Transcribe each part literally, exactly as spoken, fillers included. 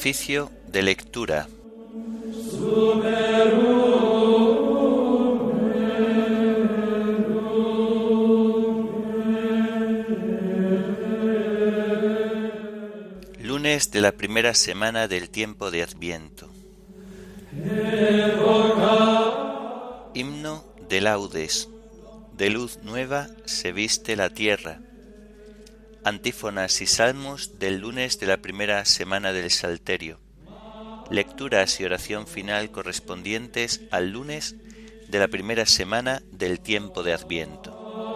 Oficio de lectura. Lunes de la primera semana del tiempo de Adviento. Himno de laudes. De luz nueva se viste la tierra. Antífonas y salmos del lunes de la primera semana del Salterio. Lecturas y oración final correspondientes al lunes de la primera semana del tiempo de Adviento.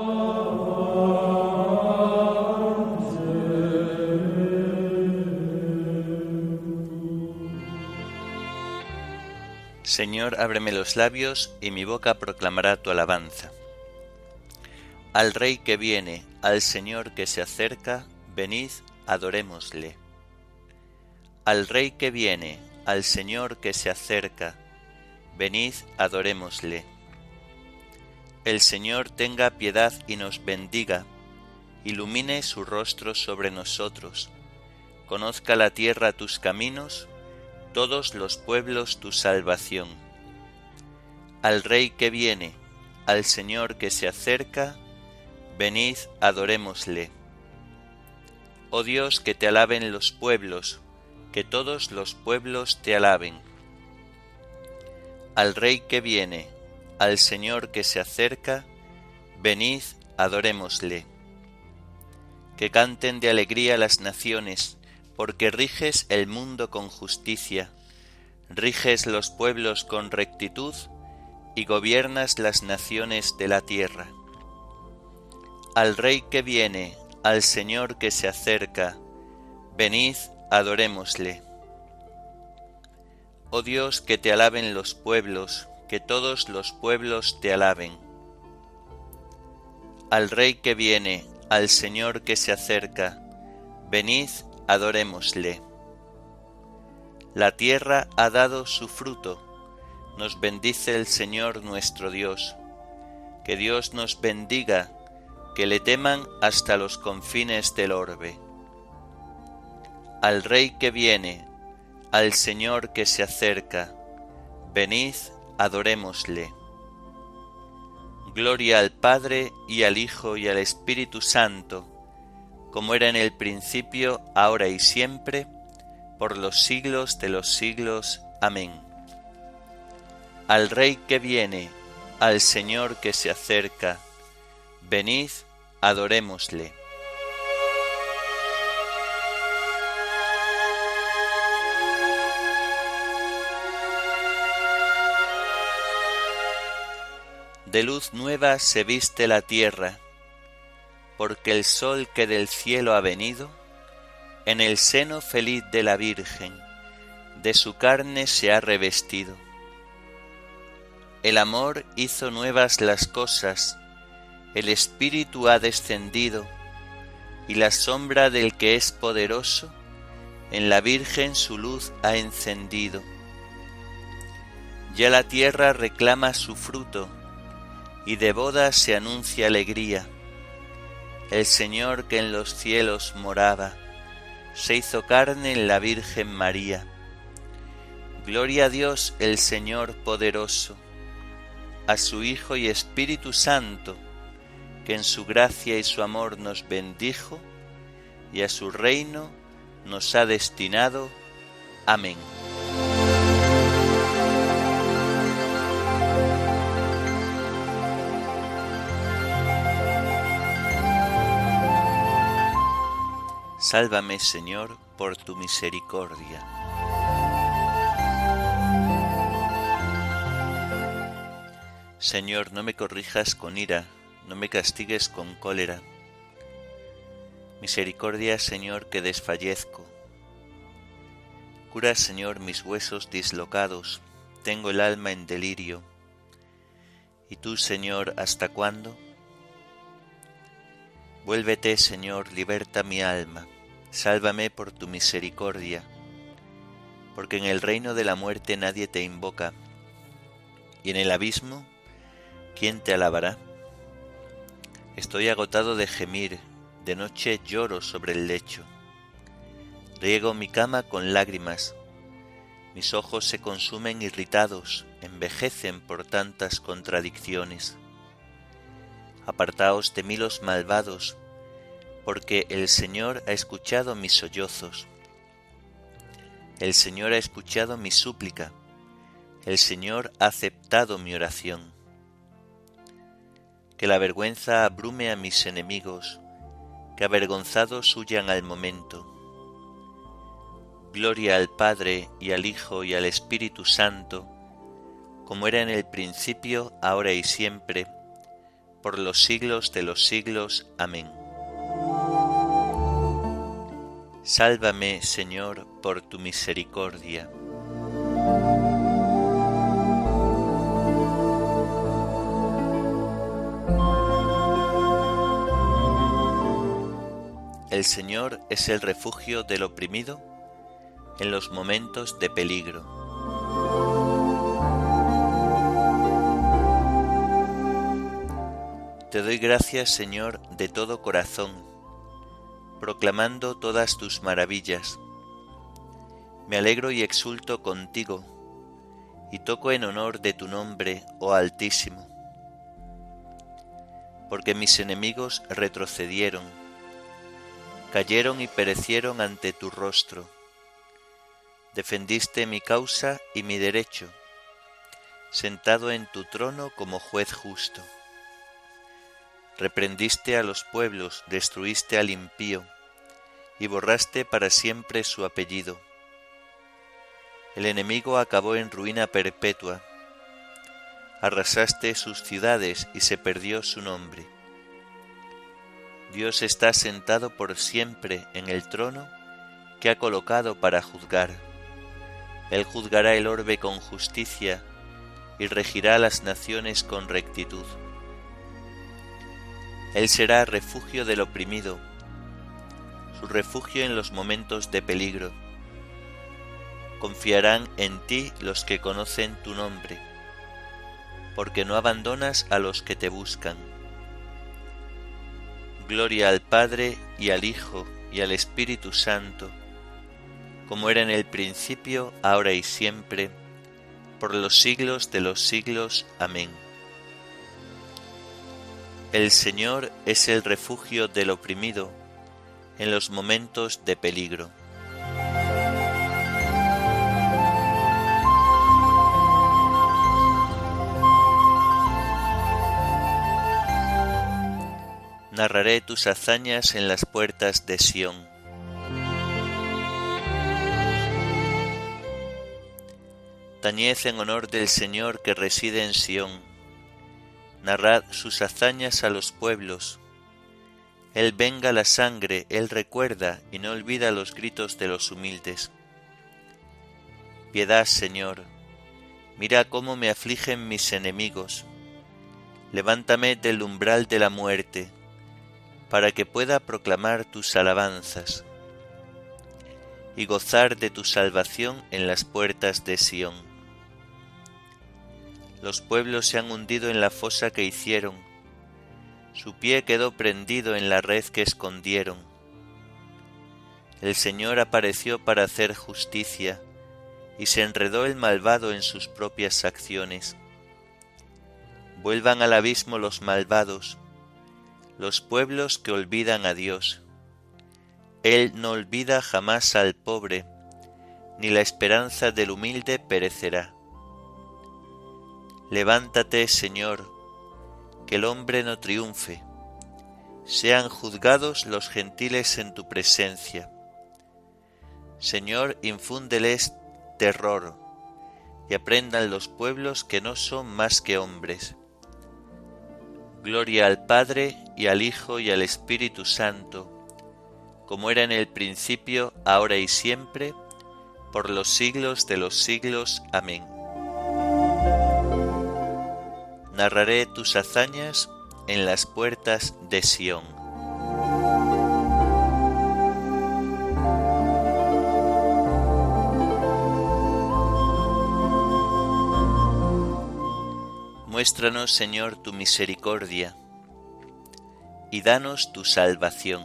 Señor, ábreme los labios, y mi boca proclamará tu alabanza. Al Rey que viene, al Señor que se acerca, venid, adorémosle. Al Rey que viene, al Señor que se acerca, venid, adorémosle. El Señor tenga piedad y nos bendiga, ilumine su rostro sobre nosotros. Conozca la tierra tus caminos, todos los pueblos tu salvación. Al Rey que viene, al Señor que se acerca, venid, adorémosle. Oh Dios, que te alaben los pueblos, que todos los pueblos te alaben. Al Rey que viene, al Señor que se acerca, venid, adorémosle. Que canten de alegría las naciones, porque riges el mundo con justicia, riges los pueblos con rectitud y gobiernas las naciones de la tierra. Al Rey que viene, al Señor que se acerca, venid, adorémosle. Oh Dios, que te alaben los pueblos, que todos los pueblos te alaben. Al Rey que viene, al Señor que se acerca, venid, adorémosle. La tierra ha dado su fruto, nos bendice el Señor nuestro Dios. Que Dios nos bendiga, que le teman hasta los confines del orbe. Al Rey que viene, al Señor que se acerca, venid, adorémosle. Gloria al Padre y al Hijo y al Espíritu Santo, como era en el principio, ahora y siempre, por los siglos de los siglos. Amén. Al Rey que viene, al Señor que se acerca, venid, adorémosle. De luz nueva se viste la tierra, porque el sol que del cielo ha venido, en el seno feliz de la Virgen, de su carne se ha revestido. El amor hizo nuevas las cosas, el Espíritu ha descendido, y la sombra del que es poderoso, en la Virgen su luz ha encendido. Ya la tierra reclama su fruto, y de boda se anuncia alegría. El Señor que en los cielos moraba, se hizo carne en la Virgen María. Gloria a Dios el Señor poderoso, a su Hijo y Espíritu Santo, que en su gracia y su amor nos bendijo, y a su reino nos ha destinado. Amén. Sálvame, Señor, por tu misericordia. Señor, no me corrijas con ira, no me castigues con cólera. Misericordia, Señor, que desfallezco. Cura, Señor, mis huesos dislocados, tengo el alma en delirio. ¿Y tú, Señor, hasta cuándo? Vuélvete, Señor, liberta mi alma, sálvame por tu misericordia, porque en el reino de la muerte nadie te invoca, y en el abismo, ¿quién te alabará? Estoy agotado de gemir, de noche lloro sobre el lecho. Riego mi cama con lágrimas, Mis ojos se consumen irritados, envejecen por tantas contradicciones. Apartaos de mí los malvados, porque el Señor ha escuchado mis sollozos. El Señor ha escuchado mi súplica, el Señor ha aceptado mi oración. Que la vergüenza abrume a mis enemigos, que avergonzados huyan al momento. Gloria al Padre, y al Hijo, y al Espíritu Santo, como era en el principio, ahora y siempre, por los siglos de los siglos. Amén. Sálvame, Señor, por tu misericordia. El Señor es el refugio del oprimido en los momentos de peligro. Te doy gracias, Señor, de todo corazón, proclamando todas tus maravillas. Me alegro y exulto contigo, y toco en honor de tu nombre, oh Altísimo. Porque mis enemigos retrocedieron, cayeron y perecieron ante tu rostro. Defendiste mi causa y mi derecho, sentado en tu trono como juez justo. Reprendiste a los pueblos, destruiste al impío, y borraste para siempre su apellido. El enemigo acabó en ruina perpetua, arrasaste sus ciudades y se perdió su nombre. Dios está sentado por siempre en el trono que ha colocado para juzgar. Él juzgará el orbe con justicia y regirá las naciones con rectitud. Él será refugio del oprimido, su refugio en los momentos de peligro. Confiarán en ti los que conocen tu nombre, porque no abandonas a los que te buscan. Gloria al Padre, y al Hijo, y al Espíritu Santo, como era en el principio, ahora y siempre, por los siglos de los siglos. Amén. El Señor es el refugio del oprimido en los momentos de peligro. Narraré tus hazañas en las puertas de Sión. Tañed en honor del Señor que reside en Sión. Narrad sus hazañas a los pueblos. Él venga la sangre, Él recuerda y no olvida los gritos de los humildes. Piedad, Señor, mira cómo me afligen mis enemigos. Levántame del umbral de la muerte, para que pueda proclamar tus alabanzas y gozar de tu salvación en las puertas de Sión. Los pueblos se han hundido en la fosa que hicieron, su pie quedó prendido en la red que escondieron. El Señor apareció para hacer justicia, y se enredó el malvado en sus propias acciones. Vuelvan al abismo los malvados, los pueblos que olvidan a Dios. Él no olvida jamás al pobre, ni la esperanza del humilde perecerá. Levántate, Señor, que el hombre no triunfe. Sean juzgados los gentiles en tu presencia. Señor, infúndeles terror, y aprendan los pueblos que no son más que hombres. Gloria al Padre, y al Hijo, y al Espíritu Santo, como era en el principio, ahora y siempre, por los siglos de los siglos. Amén. Narraré tus hazañas en las puertas de Sión. Muéstranos, Señor, tu misericordia, y danos tu salvación.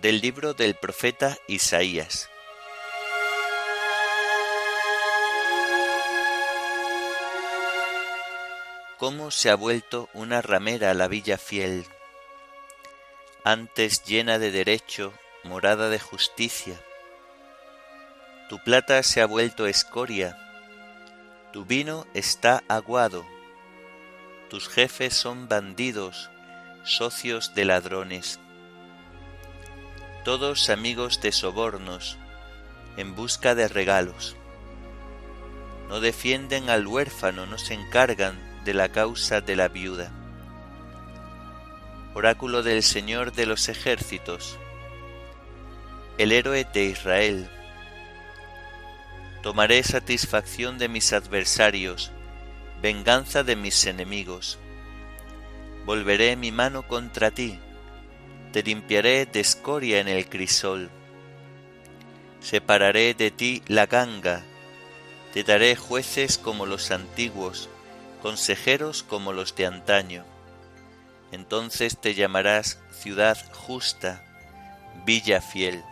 Del libro del profeta Isaías. Cómo se ha vuelto una ramera la villa fiel, antes llena de derecho, morada de justicia. Tu plata se ha vuelto escoria, tu vino está aguado, tus jefes son bandidos, socios de ladrones, todos amigos de sobornos, en busca de regalos. No defienden al huérfano, no se encargan de la causa de la viuda. Oráculo del Señor de los ejércitos, el héroe de Israel. Tomaré satisfacción de mis adversarios, venganza de mis enemigos. Volveré mi mano contra ti, te limpiaré de escoria en el crisol. Separaré de ti la ganga, te daré jueces como los antiguos, consejeros como los de antaño. Entonces te llamarás ciudad justa, villa fiel.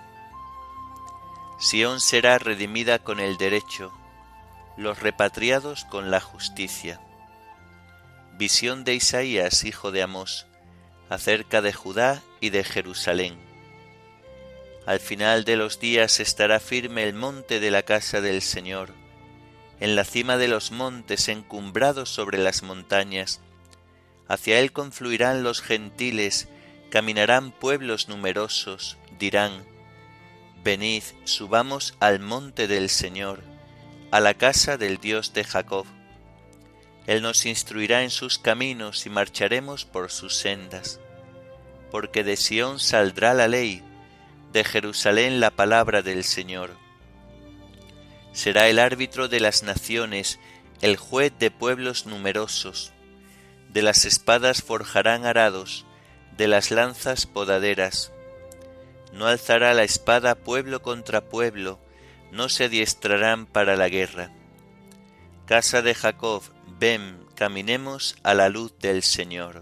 Sión será redimida con el derecho, los repatriados con la justicia. Visión de Isaías, hijo de Amós, acerca de Judá y de Jerusalén. Al final de los días estará firme el monte de la casa del Señor, en la cima de los montes encumbrados sobre las montañas. Hacia él confluirán los gentiles, caminarán pueblos numerosos, dirán: venid, subamos al monte del Señor, a la casa del Dios de Jacob. Él nos instruirá en sus caminos y marcharemos por sus sendas. Porque de Sión saldrá la ley, de Jerusalén la palabra del Señor. Será el árbitro de las naciones, el juez de pueblos numerosos. De las espadas forjarán arados, de las lanzas podaderas. No alzará la espada pueblo contra pueblo, no se adiestrarán para la guerra. Casa de Jacob, ven, caminemos a la luz del Señor.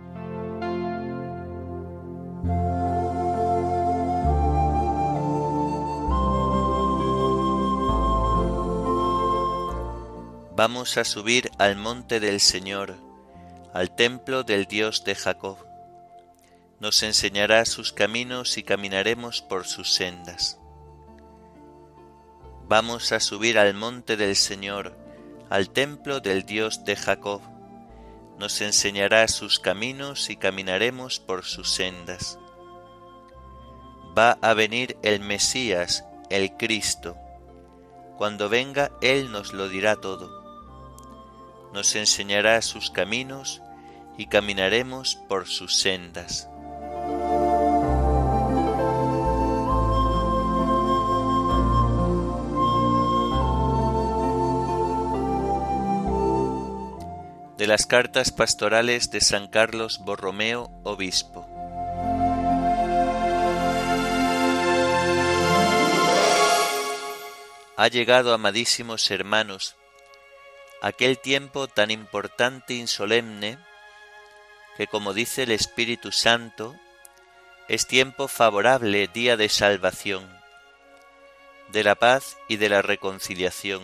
Vamos a subir al monte del Señor, al templo del Dios de Jacob. Nos enseñará sus caminos y caminaremos por sus sendas. Vamos a subir al monte del Señor, al templo del Dios de Jacob. Nos enseñará sus caminos y caminaremos por sus sendas. Va a venir el Mesías, el Cristo. Cuando venga, Él nos lo dirá todo. Nos enseñará sus caminos y caminaremos por sus sendas. De las cartas pastorales de San Carlos Borromeo, obispo. Ha llegado, amadísimos hermanos, aquel tiempo tan importante y solemne que, como dice el Espíritu Santo, es tiempo favorable, día de salvación, de la paz y de la reconciliación.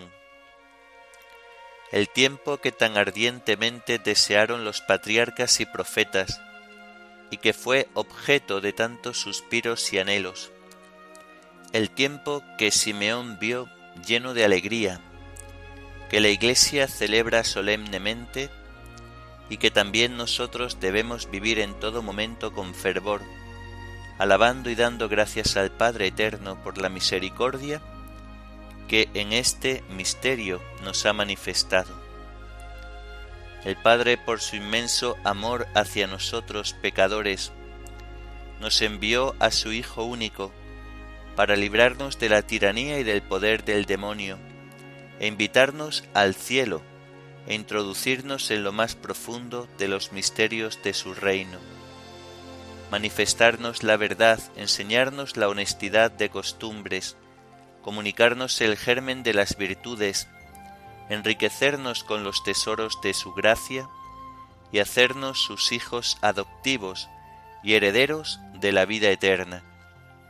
El tiempo que tan ardientemente desearon los patriarcas y profetas y que fue objeto de tantos suspiros y anhelos. El tiempo que Simeón vio lleno de alegría, que la Iglesia celebra solemnemente y que también nosotros debemos vivir en todo momento con fervor, alabando y dando gracias al Padre Eterno por la misericordia que en este misterio nos ha manifestado. El Padre, por su inmenso amor hacia nosotros pecadores, nos envió a su Hijo único para librarnos de la tiranía y del poder del demonio, e invitarnos al cielo e introducirnos en lo más profundo de los misterios de su reino. Manifestarnos la verdad, enseñarnos la honestidad de costumbres, comunicarnos el germen de las virtudes, enriquecernos con los tesoros de su gracia y hacernos sus hijos adoptivos y herederos de la vida eterna.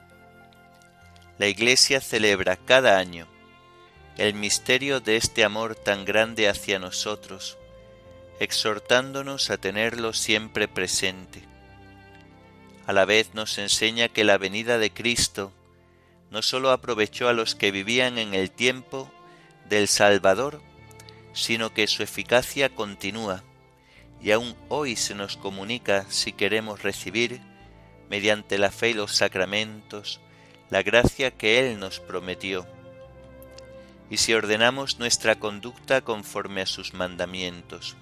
la Iglesia celebra cada año el misterio de este amor tan grande hacia nosotros, exhortándonos a tenerlo siempre presente. A la vez nos enseña que la venida de Cristo no sólo aprovechó a los que vivían en el tiempo del Salvador, sino que su eficacia continúa y aún hoy se nos comunica si queremos recibir, mediante la fe y los sacramentos, la gracia que Él nos prometió, y si ordenamos nuestra conducta conforme a sus mandamientos.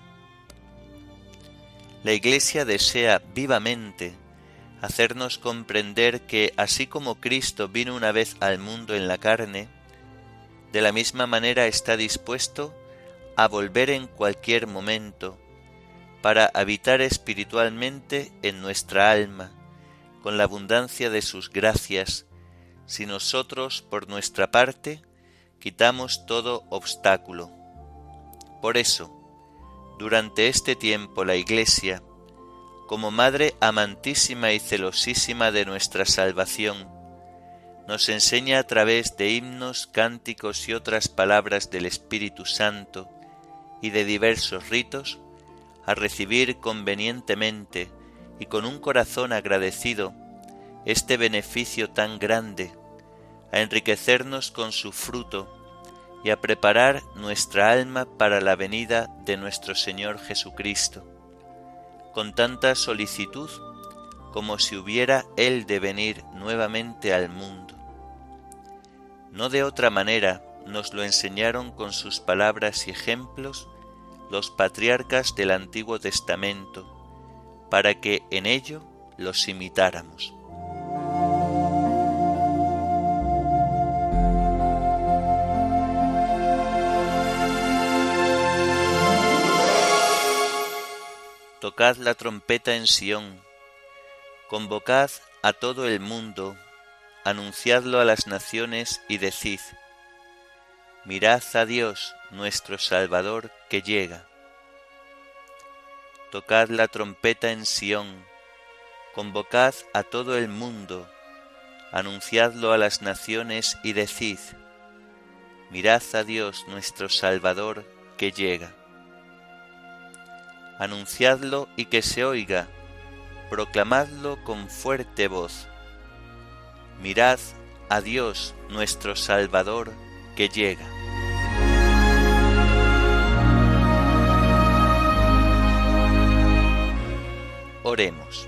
La Iglesia desea vivamente hacernos comprender que, así como Cristo vino una vez al mundo en la carne, de la misma manera está dispuesto a volver en cualquier momento para habitar espiritualmente en nuestra alma, con la abundancia de sus gracias, si nosotros, por nuestra parte, quitamos todo obstáculo. Por eso, durante este tiempo la Iglesia, como Madre amantísima y celosísima de nuestra salvación, nos enseña a través de himnos, cánticos y otras palabras del Espíritu Santo y de diversos ritos, a recibir convenientemente y con un corazón agradecido este beneficio tan grande, a enriquecernos con su fruto y a preparar nuestra alma para la venida de nuestro Señor Jesucristo, con tanta solicitud como si hubiera Él de venir nuevamente al mundo. No de otra manera nos lo enseñaron con sus palabras y ejemplos los patriarcas del Antiguo Testamento, para que en ello los imitáramos. Tocad la trompeta en Sión, convocad a todo el mundo, anunciadlo a las naciones y decid: mirad a Dios nuestro Salvador que llega. Tocad la trompeta en Sión, convocad a todo el mundo, anunciadlo a las naciones y decid: mirad a Dios nuestro Salvador que llega. Anunciadlo y que se oiga, proclamadlo con fuerte voz. Mirad a Dios nuestro Salvador que llega. Oremos.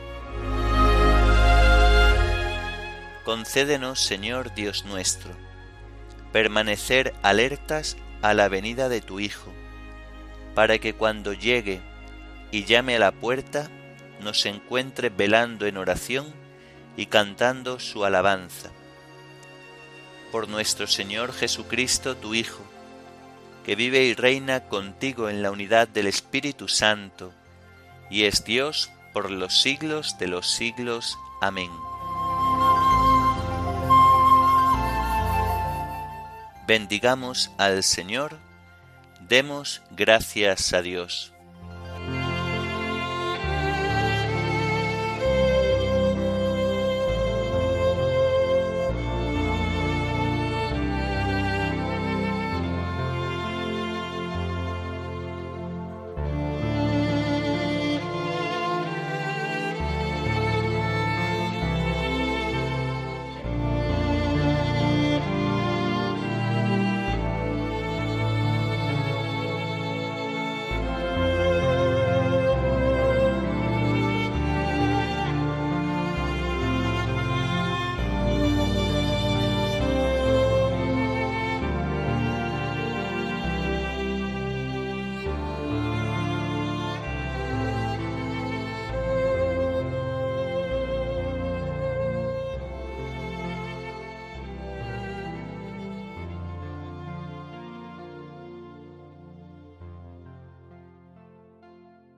Concédenos, Señor Dios nuestro, permanecer alertas a la venida de tu Hijo, para que cuando llegue y llame a la puerta, nos encuentre velando en oración y cantando su alabanza. Por nuestro Señor Jesucristo, tu Hijo, que vive y reina contigo en la unidad del Espíritu Santo, y es Dios por los siglos de los siglos. Amén. Bendigamos al Señor, demos gracias a Dios.